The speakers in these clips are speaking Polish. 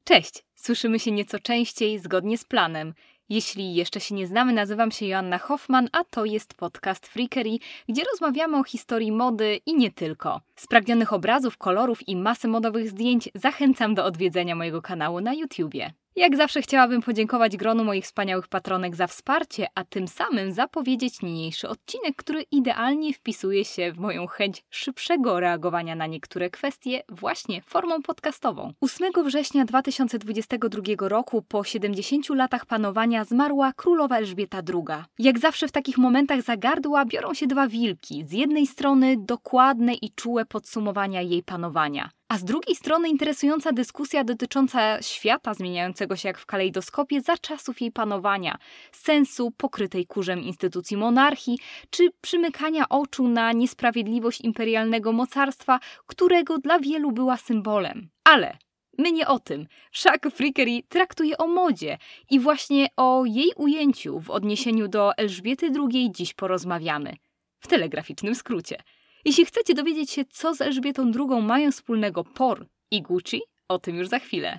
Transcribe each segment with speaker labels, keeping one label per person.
Speaker 1: Cześć! Słyszymy się nieco częściej, zgodnie z planem. Jeśli jeszcze się nie znamy, nazywam się Joanna Hoffman, a to jest podcast Freakery, gdzie rozmawiamy o historii mody i nie tylko. Spragnionych obrazów, kolorów i masy modowych zdjęć zachęcam do odwiedzenia mojego kanału na YouTubie. Jak zawsze chciałabym podziękować gronu moich wspaniałych patronek za wsparcie, a tym samym zapowiedzieć niniejszy odcinek, który idealnie wpisuje się w moją chęć szybszego reagowania na niektóre kwestie właśnie formą podcastową. 8 września 2022 roku, po 70 latach panowania, zmarła królowa Elżbieta II. Jak zawsze w takich momentach za gardła biorą się dwa wilki. Z jednej strony dokładne i czułe podsumowania jej panowania, a z drugiej strony interesująca dyskusja dotycząca świata zmieniającego się jak w kalejdoskopie za czasów jej panowania, sensu pokrytej kurzem instytucji monarchii, czy przymykania oczu na niesprawiedliwość imperialnego mocarstwa, którego dla wielu była symbolem. Ale my nie o tym. Wszak Freakery traktuje o modzie i właśnie o jej ujęciu w odniesieniu do Elżbiety II dziś porozmawiamy. W telegraficznym skrócie. Jeśli chcecie dowiedzieć się, co z Elżbietą II mają wspólnego POR i Gucci, o tym już za chwilę.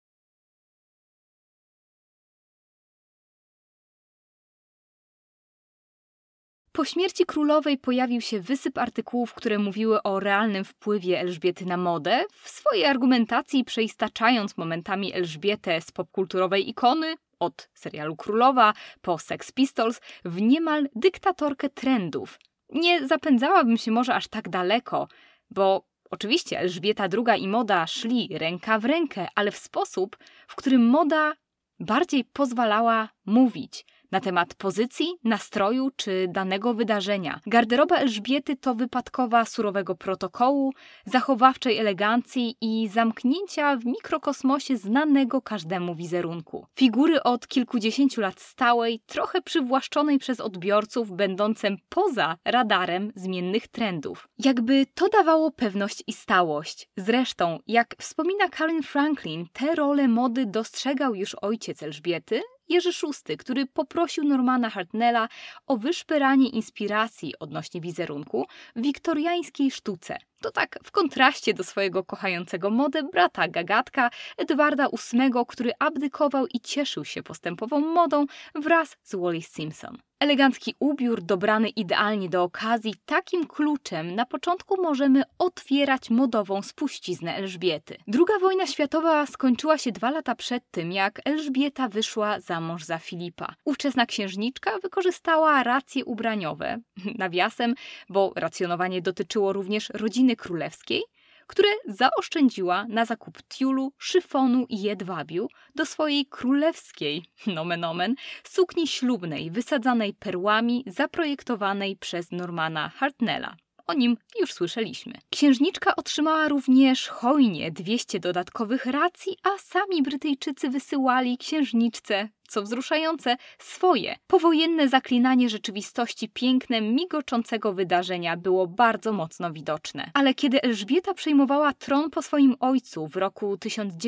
Speaker 1: Po śmierci królowej pojawił się wysyp artykułów, które mówiły o realnym wpływie Elżbiety na modę, w swojej argumentacji przeistaczając momentami Elżbietę z popkulturowej ikony, od serialu Królowa po Sex Pistols, w niemal dyktatorkę trendów. Nie zapędzałabym się może aż tak daleko, bo oczywiście Elżbieta II i moda szli ręka w rękę, ale w sposób, w którym moda bardziej pozwalała mówić na temat pozycji, nastroju czy danego wydarzenia. Garderoba Elżbiety to wypadkowa surowego protokołu, zachowawczej elegancji i zamknięcia w mikrokosmosie znanego każdemu wizerunku. Figury od kilkudziesięciu lat stałej, trochę przywłaszczonej przez odbiorców, będącym poza radarem zmiennych trendów. Jakby to dawało pewność i stałość. Zresztą, jak wspomina Karen Franklin, tę rolę mody dostrzegał już ojciec Elżbiety, Jerzy VI, który poprosił Normana Hartnella o wyszperanie inspiracji odnośnie wizerunku w wiktoriańskiej sztuce. To tak w kontraście do swojego kochającego modę brata gagatka Edwarda VIII, który abdykował i cieszył się postępową modą wraz z Wallis Simpson. Elegancki ubiór dobrany idealnie do okazji, takim kluczem na początku możemy otwierać modową spuściznę Elżbiety. Druga wojna światowa skończyła się 2 lata przed tym, jak Elżbieta wyszła za mąż za Filipa. Ówczesna księżniczka wykorzystała racje ubraniowe, nawiasem, bo racjonowanie dotyczyło również rodziny królewskiej, które zaoszczędziła na zakup tiulu, szyfonu i jedwabiu do swojej królewskiej, nomen omen, sukni ślubnej wysadzanej perłami, zaprojektowanej przez Normana Hartnella. O nim już słyszeliśmy. Księżniczka otrzymała również hojnie 200 dodatkowych racji, a sami Brytyjczycy wysyłali księżniczce, co wzruszające, swoje. Powojenne zaklinanie rzeczywistości pięknem migoczącego wydarzenia było bardzo mocno widoczne. Ale kiedy Elżbieta przejmowała tron po swoim ojcu w roku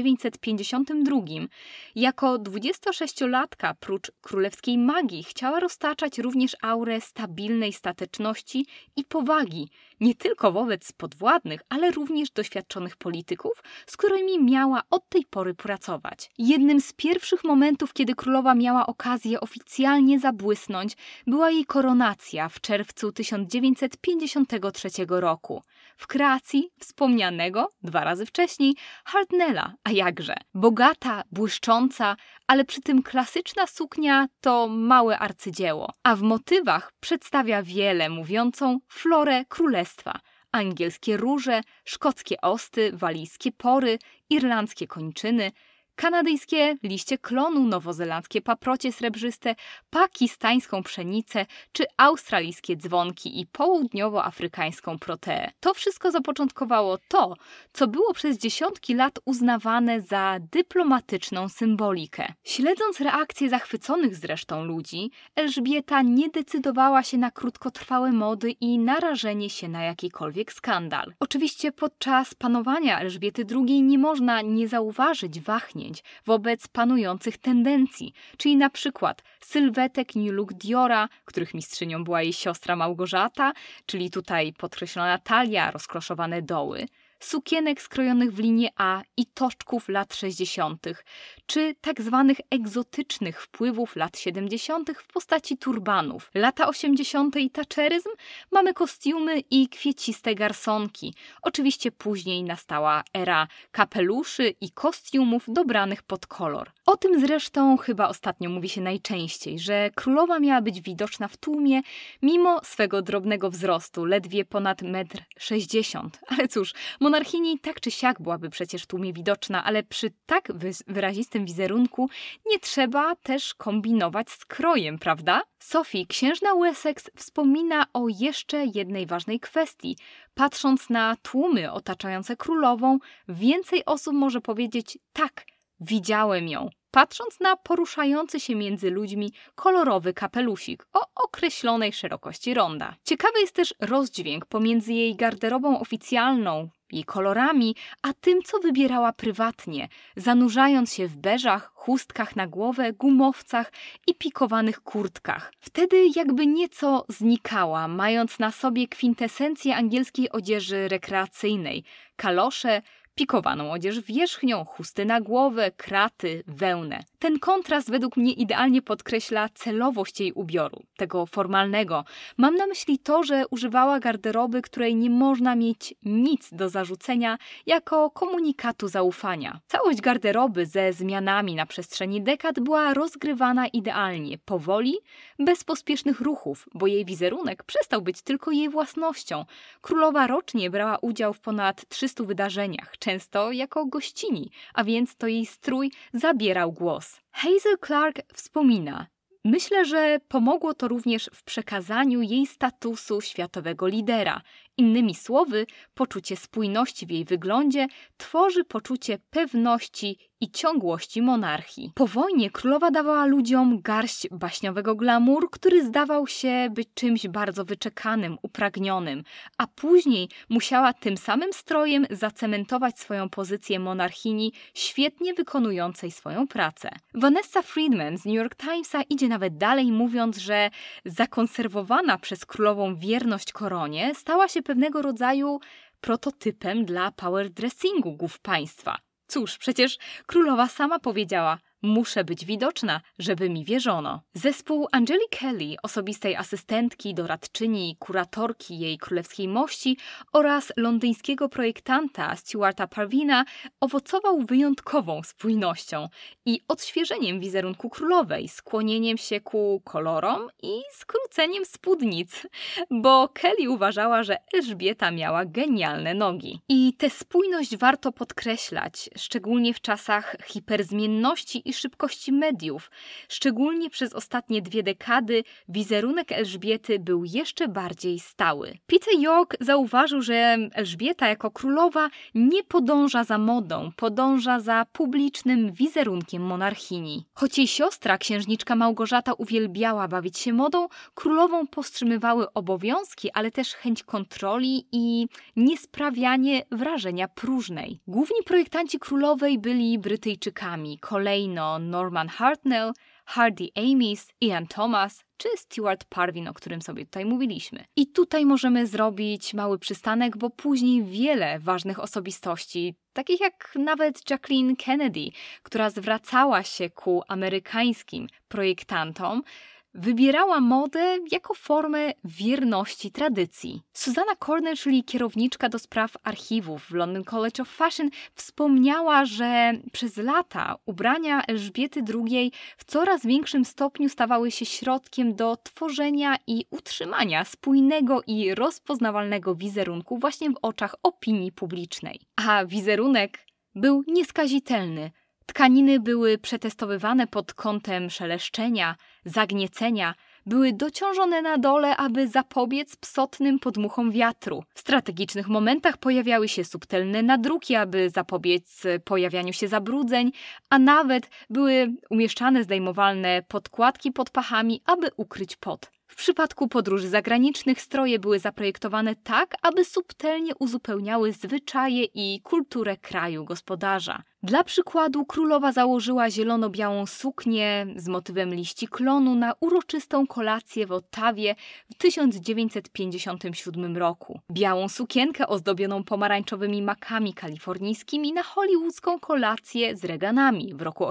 Speaker 1: 1952, jako 26-latka prócz królewskiej magii chciała roztaczać również aurę stabilnej stateczności i powagi, nie tylko wobec podwładnych, ale również doświadczonych polityków, z którymi miała od tej pory pracować. Jednym z pierwszych momentów, kiedy królowa miała okazję oficjalnie zabłysnąć, była jej koronacja w czerwcu 1953 roku w kreacji wspomnianego 2 razy wcześniej Hartnella, a jakże. Bogata, błyszcząca, ale przy tym klasyczna suknia to małe arcydzieło, a w motywach przedstawia wiele mówiącą florę królestwa. Angielskie róże, szkockie osty, walijskie pory, irlandzkie kończyny, kanadyjskie liście klonu, nowozelandzkie paprocie srebrzyste, pakistańską pszenicę czy australijskie dzwonki i południowoafrykańską proteę. To wszystko zapoczątkowało to, co było przez dziesiątki lat uznawane za dyplomatyczną symbolikę. Śledząc reakcje zachwyconych zresztą ludzi, Elżbieta nie decydowała się na krótkotrwałe mody i narażenie się na jakikolwiek skandal. Oczywiście podczas panowania Elżbiety II nie można nie zauważyć wahnięć wobec panujących tendencji, czyli na przykład sylwetek New Look Diora, których mistrzynią była jej siostra Małgorzata, czyli tutaj podkreślona talia, rozkloszowane doły, sukienek skrojonych w linie A i toczków lat 60., czy tak zwanych egzotycznych wpływów lat 70. w postaci turbanów. Lata 80. i thatcheryzm, mamy kostiumy i kwieciste garsonki. Oczywiście później nastała era kapeluszy i kostiumów dobranych pod kolor. O tym zresztą chyba ostatnio mówi się najczęściej, że królowa miała być widoczna w tłumie mimo swego drobnego wzrostu, ledwie ponad 1,60 m. Ale cóż, monarchini tak czy siak byłaby przecież w tłumie widoczna, ale przy tak wyrazistym wizerunku nie trzeba też kombinować z krojem, prawda? Sophie, księżna Wessex, wspomina o jeszcze jednej ważnej kwestii. Patrząc na tłumy otaczające królową, więcej osób może powiedzieć: tak, widziałem ją. Patrząc na poruszający się między ludźmi kolorowy kapelusik o określonej szerokości ronda. Ciekawy jest też rozdźwięk pomiędzy jej garderobą oficjalną, jej kolorami, a tym, co wybierała prywatnie, zanurzając się w beżach, chustkach na głowę, gumowcach i pikowanych kurtkach. Wtedy jakby nieco znikała, mając na sobie kwintesencję angielskiej odzieży rekreacyjnej, kalosze, pikowaną odzież wierzchnią, chusty na głowę, kraty, wełnę. Ten kontrast według mnie idealnie podkreśla celowość jej ubioru, tego formalnego. Mam na myśli to, że używała garderoby, której nie można mieć nic do zarzucenia jako komunikatu zaufania. Całość garderoby ze zmianami na przestrzeni dekad była rozgrywana idealnie, powoli, bez pospiesznych ruchów, bo jej wizerunek przestał być tylko jej własnością. Królowa rocznie brała udział w ponad 300 wydarzeniach, często jako gościni, a więc to jej strój zabierał głos. Hazel Clark wspomina: myślę, że pomogło to również w przekazaniu jej statusu światowego lidera. Innymi słowy, poczucie spójności w jej wyglądzie tworzy poczucie pewności i ciągłości monarchii. Po wojnie królowa dawała ludziom garść baśniowego glamour, który zdawał się być czymś bardzo wyczekanym, upragnionym, a później musiała tym samym strojem zacementować swoją pozycję monarchini świetnie wykonującej swoją pracę. Vanessa Friedman z New York Timesa idzie nawet dalej, mówiąc, że zakonserwowana przez królową wierność koronie stała się pewnego rodzaju prototypem dla power dressingu głów państwa. Cóż, przecież królowa sama powiedziała: muszę być widoczna, żeby mi wierzono. Zespół Angeli Kelly, osobistej asystentki, doradczyni i kuratorki jej królewskiej mości oraz londyńskiego projektanta Stuarta Parvina owocował wyjątkową spójnością i odświeżeniem wizerunku królowej, skłonieniem się ku kolorom i skróceniem spódnic, bo Kelly uważała, że Elżbieta miała genialne nogi. I tę spójność warto podkreślać, szczególnie w czasach hiperzmienności i szybkości mediów. Szczególnie przez ostatnie 2 dekady wizerunek Elżbiety był jeszcze bardziej stały. Peter York zauważył, że Elżbieta jako królowa nie podąża za modą, podąża za publicznym wizerunkiem monarchini. Choć jej siostra, księżniczka Małgorzata, uwielbiała bawić się modą, królową powstrzymywały obowiązki, ale też chęć kontroli i niesprawianie wrażenia próżnej. Główni projektanci królowej byli Brytyjczykami, kolejno Norman Hartnell, Hardy Amis, Ian Thomas czy Stuart Parvin, o którym sobie tutaj mówiliśmy. I tutaj możemy zrobić mały przystanek, bo później wiele ważnych osobistości, takich jak nawet Jacqueline Kennedy, która zwracała się ku amerykańskim projektantom, wybierała modę jako formę wierności tradycji. Susanna Corner, czyli kierowniczka do spraw archiwów w London College of Fashion, wspomniała, że przez lata ubrania Elżbiety II w coraz większym stopniu stawały się środkiem do tworzenia i utrzymania spójnego i rozpoznawalnego wizerunku właśnie w oczach opinii publicznej. A wizerunek był nieskazitelny. Tkaniny były przetestowywane pod kątem szeleszczenia, zagniecenia, były dociążone na dole, aby zapobiec psotnym podmuchom wiatru. W strategicznych momentach pojawiały się subtelne nadruki, aby zapobiec pojawianiu się zabrudzeń, a nawet były umieszczane zdejmowalne podkładki pod pachami, aby ukryć pot. W przypadku podróży zagranicznych stroje były zaprojektowane tak, aby subtelnie uzupełniały zwyczaje i kulturę kraju gospodarza. Dla przykładu królowa założyła zielono-białą suknię z motywem liści klonu na uroczystą kolację w Ottawie w 1957 roku. Białą sukienkę ozdobioną pomarańczowymi makami kalifornijskimi na hollywoodzką kolację z Reaganami w roku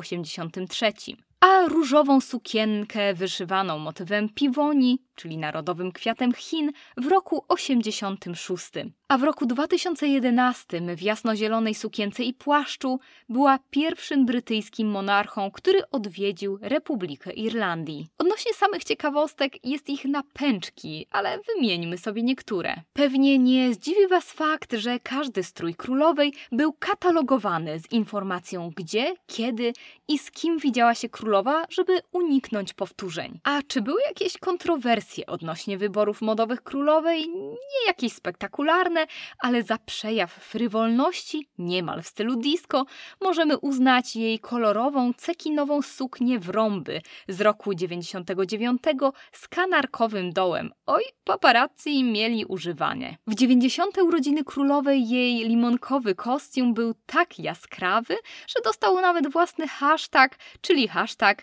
Speaker 1: 1983. A różową sukienkę wyszywaną motywem piwoni, czyli narodowym kwiatem Chin, w roku 1986. A w roku 2011 w jasnozielonej sukience i płaszczu była pierwszym brytyjskim monarchą, który odwiedził Republikę Irlandii. Odnośnie samych ciekawostek jest ich na pęczki, ale wymieńmy sobie niektóre. Pewnie nie zdziwi Was fakt, że każdy strój królowej był katalogowany z informacją gdzie, kiedy i z kim widziała się królowa, żeby uniknąć powtórzeń. A czy były jakieś kontrowersje odnośnie wyborów modowych królowej? Nie jakieś spektakularne, ale za przejaw frywolności, niemal w stylu disco, możemy uznać jej kolorową, cekinową suknię w rąby z roku 99 z kanarkowym dołem. Oj, paparazzi mieli używanie. W 90. urodziny królowej jej limonkowy kostium był tak jaskrawy, że dostał nawet własny hashtag, czyli hashtag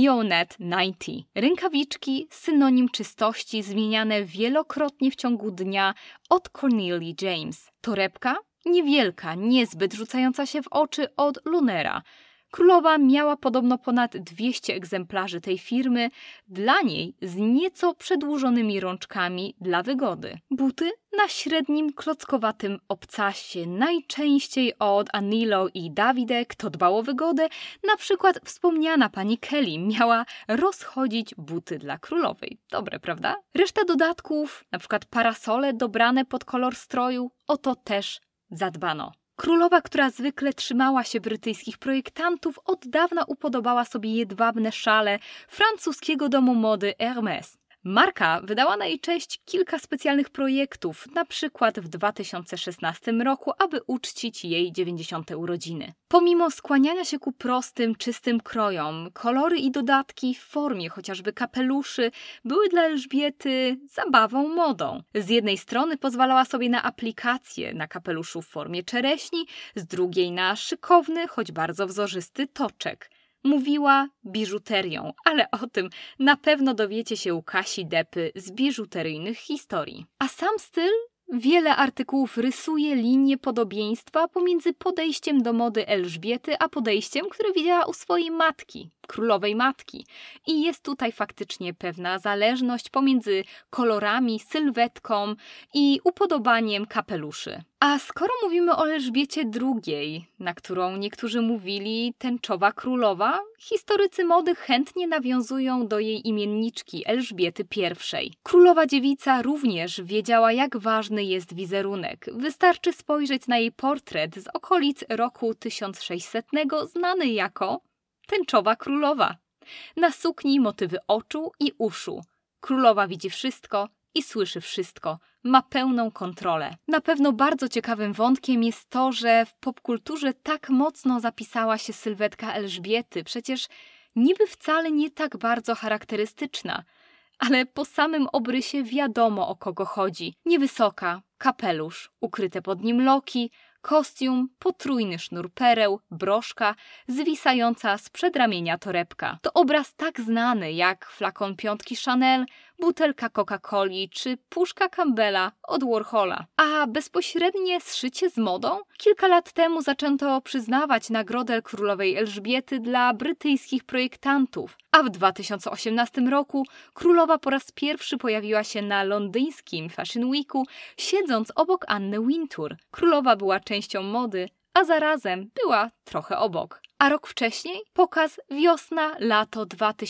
Speaker 1: Neonet90. Rękawiczki, synonim czystości, zmieniane wielokrotnie w ciągu dnia od Cornelia James. Torebka? Niewielka, niezbyt rzucająca się w oczy od Lunera. Królowa miała podobno ponad 200 egzemplarzy tej firmy, dla niej z nieco przedłużonymi rączkami dla wygody. Buty na średnim, klockowatym obcasie, najczęściej od Anilo i Davide. Kto dbał o wygodę? Na przykład wspomniana pani Kelly miała rozchodzić buty dla królowej. Dobre, prawda? Reszta dodatków, na przykład parasole dobrane pod kolor stroju, o to też zadbano. Królowa, która zwykle trzymała się brytyjskich projektantów, od dawna upodobała sobie jedwabne szale francuskiego domu mody Hermès. Marka wydała na jej cześć kilka specjalnych projektów, na przykład w 2016 roku, aby uczcić jej 90. urodziny. Pomimo skłaniania się ku prostym, czystym krojom, kolory i dodatki w formie chociażby kapeluszy były dla Elżbiety zabawą modą. Z jednej strony pozwalała sobie na aplikację na kapeluszu w formie czereśni, z drugiej na szykowny, choć bardzo wzorzysty toczek. Mówiła biżuterią, ale o tym na pewno dowiecie się u Kasi Depy z biżuteryjnych historii. A sam styl? Wiele artykułów rysuje linię podobieństwa pomiędzy podejściem do mody Elżbiety, a podejściem, które widziała u swojej matki, królowej matki. I jest tutaj faktycznie pewna zależność pomiędzy kolorami, sylwetką i upodobaniem kapeluszy. A skoro mówimy o Elżbiecie II, na którą niektórzy mówili tęczowa królowa, historycy mody chętnie nawiązują do jej imienniczki Elżbiety I. Królowa dziewica również wiedziała, jak ważny jest wizerunek. Wystarczy spojrzeć na jej portret z okolic roku 1600, znany jako tęczowa królowa. Na sukni motywy oczu i uszu. Królowa widzi wszystko i słyszy wszystko. Ma pełną kontrolę. Na pewno bardzo ciekawym wątkiem jest to, że w popkulturze tak mocno zapisała się sylwetka Elżbiety. Przecież niby wcale nie tak bardzo charakterystyczna. Ale po samym obrysie wiadomo, o kogo chodzi. Niewysoka, kapelusz, ukryte pod nim loki, kostium, potrójny sznur pereł, broszka, zwisająca z przedramienia torebka. To obraz tak znany jak flakon piątki Chanel, butelka Coca-Coli czy puszka Campbella od Warhola. A bezpośrednie zszycie z modą? Kilka lat temu zaczęto przyznawać nagrodę królowej Elżbiety dla brytyjskich projektantów, a w 2018 roku królowa po raz pierwszy pojawiła się na londyńskim Fashion Weeku, siedząc obok Anny Wintour. Królowa była częścią mody, a zarazem była trochę obok. A rok wcześniej pokaz wiosna-lato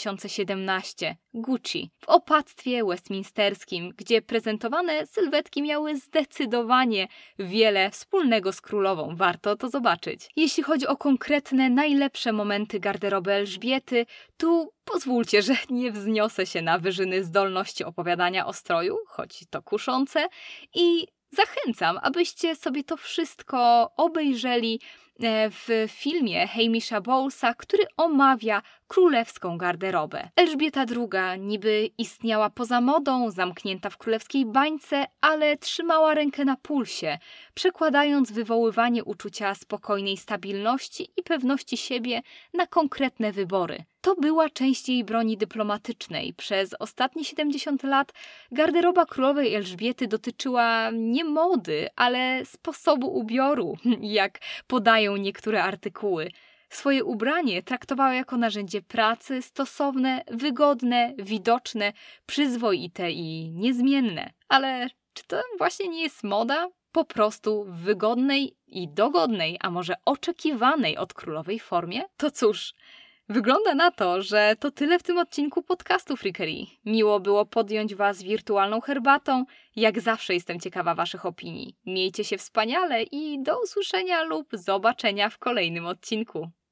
Speaker 1: 2017 Gucci w opactwie westminsterskim, gdzie prezentowane sylwetki miały zdecydowanie wiele wspólnego z królową. Warto to zobaczyć. Jeśli chodzi o konkretne, najlepsze momenty garderoby Elżbiety, tu pozwólcie, że nie wzniosę się na wyżyny zdolności opowiadania o stroju, choć to kuszące, i zachęcam, abyście sobie to wszystko obejrzeli w filmie Hamisha Bowlesa, który omawia królewską garderobę. Elżbieta II niby istniała poza modą, zamknięta w królewskiej bańce, ale trzymała rękę na pulsie, przekładając wywoływanie uczucia spokojnej stabilności i pewności siebie na konkretne wybory. To była część jej broni dyplomatycznej. Przez ostatnie 70 lat garderoba królowej Elżbiety dotyczyła nie mody, ale sposobu ubioru, jak podają niektóre artykuły. Swoje ubranie traktowała jako narzędzie pracy, stosowne, wygodne, widoczne, przyzwoite i niezmienne. Ale czy to właśnie nie jest moda? Po prostu w wygodnej i dogodnej, a może oczekiwanej od królowej formie? To cóż, wygląda na to, że to tyle w tym odcinku podcastu Freakery. Miło było podjąć Was wirtualną herbatą. Jak zawsze jestem ciekawa Waszych opinii. Miejcie się wspaniale i do usłyszenia lub zobaczenia w kolejnym odcinku.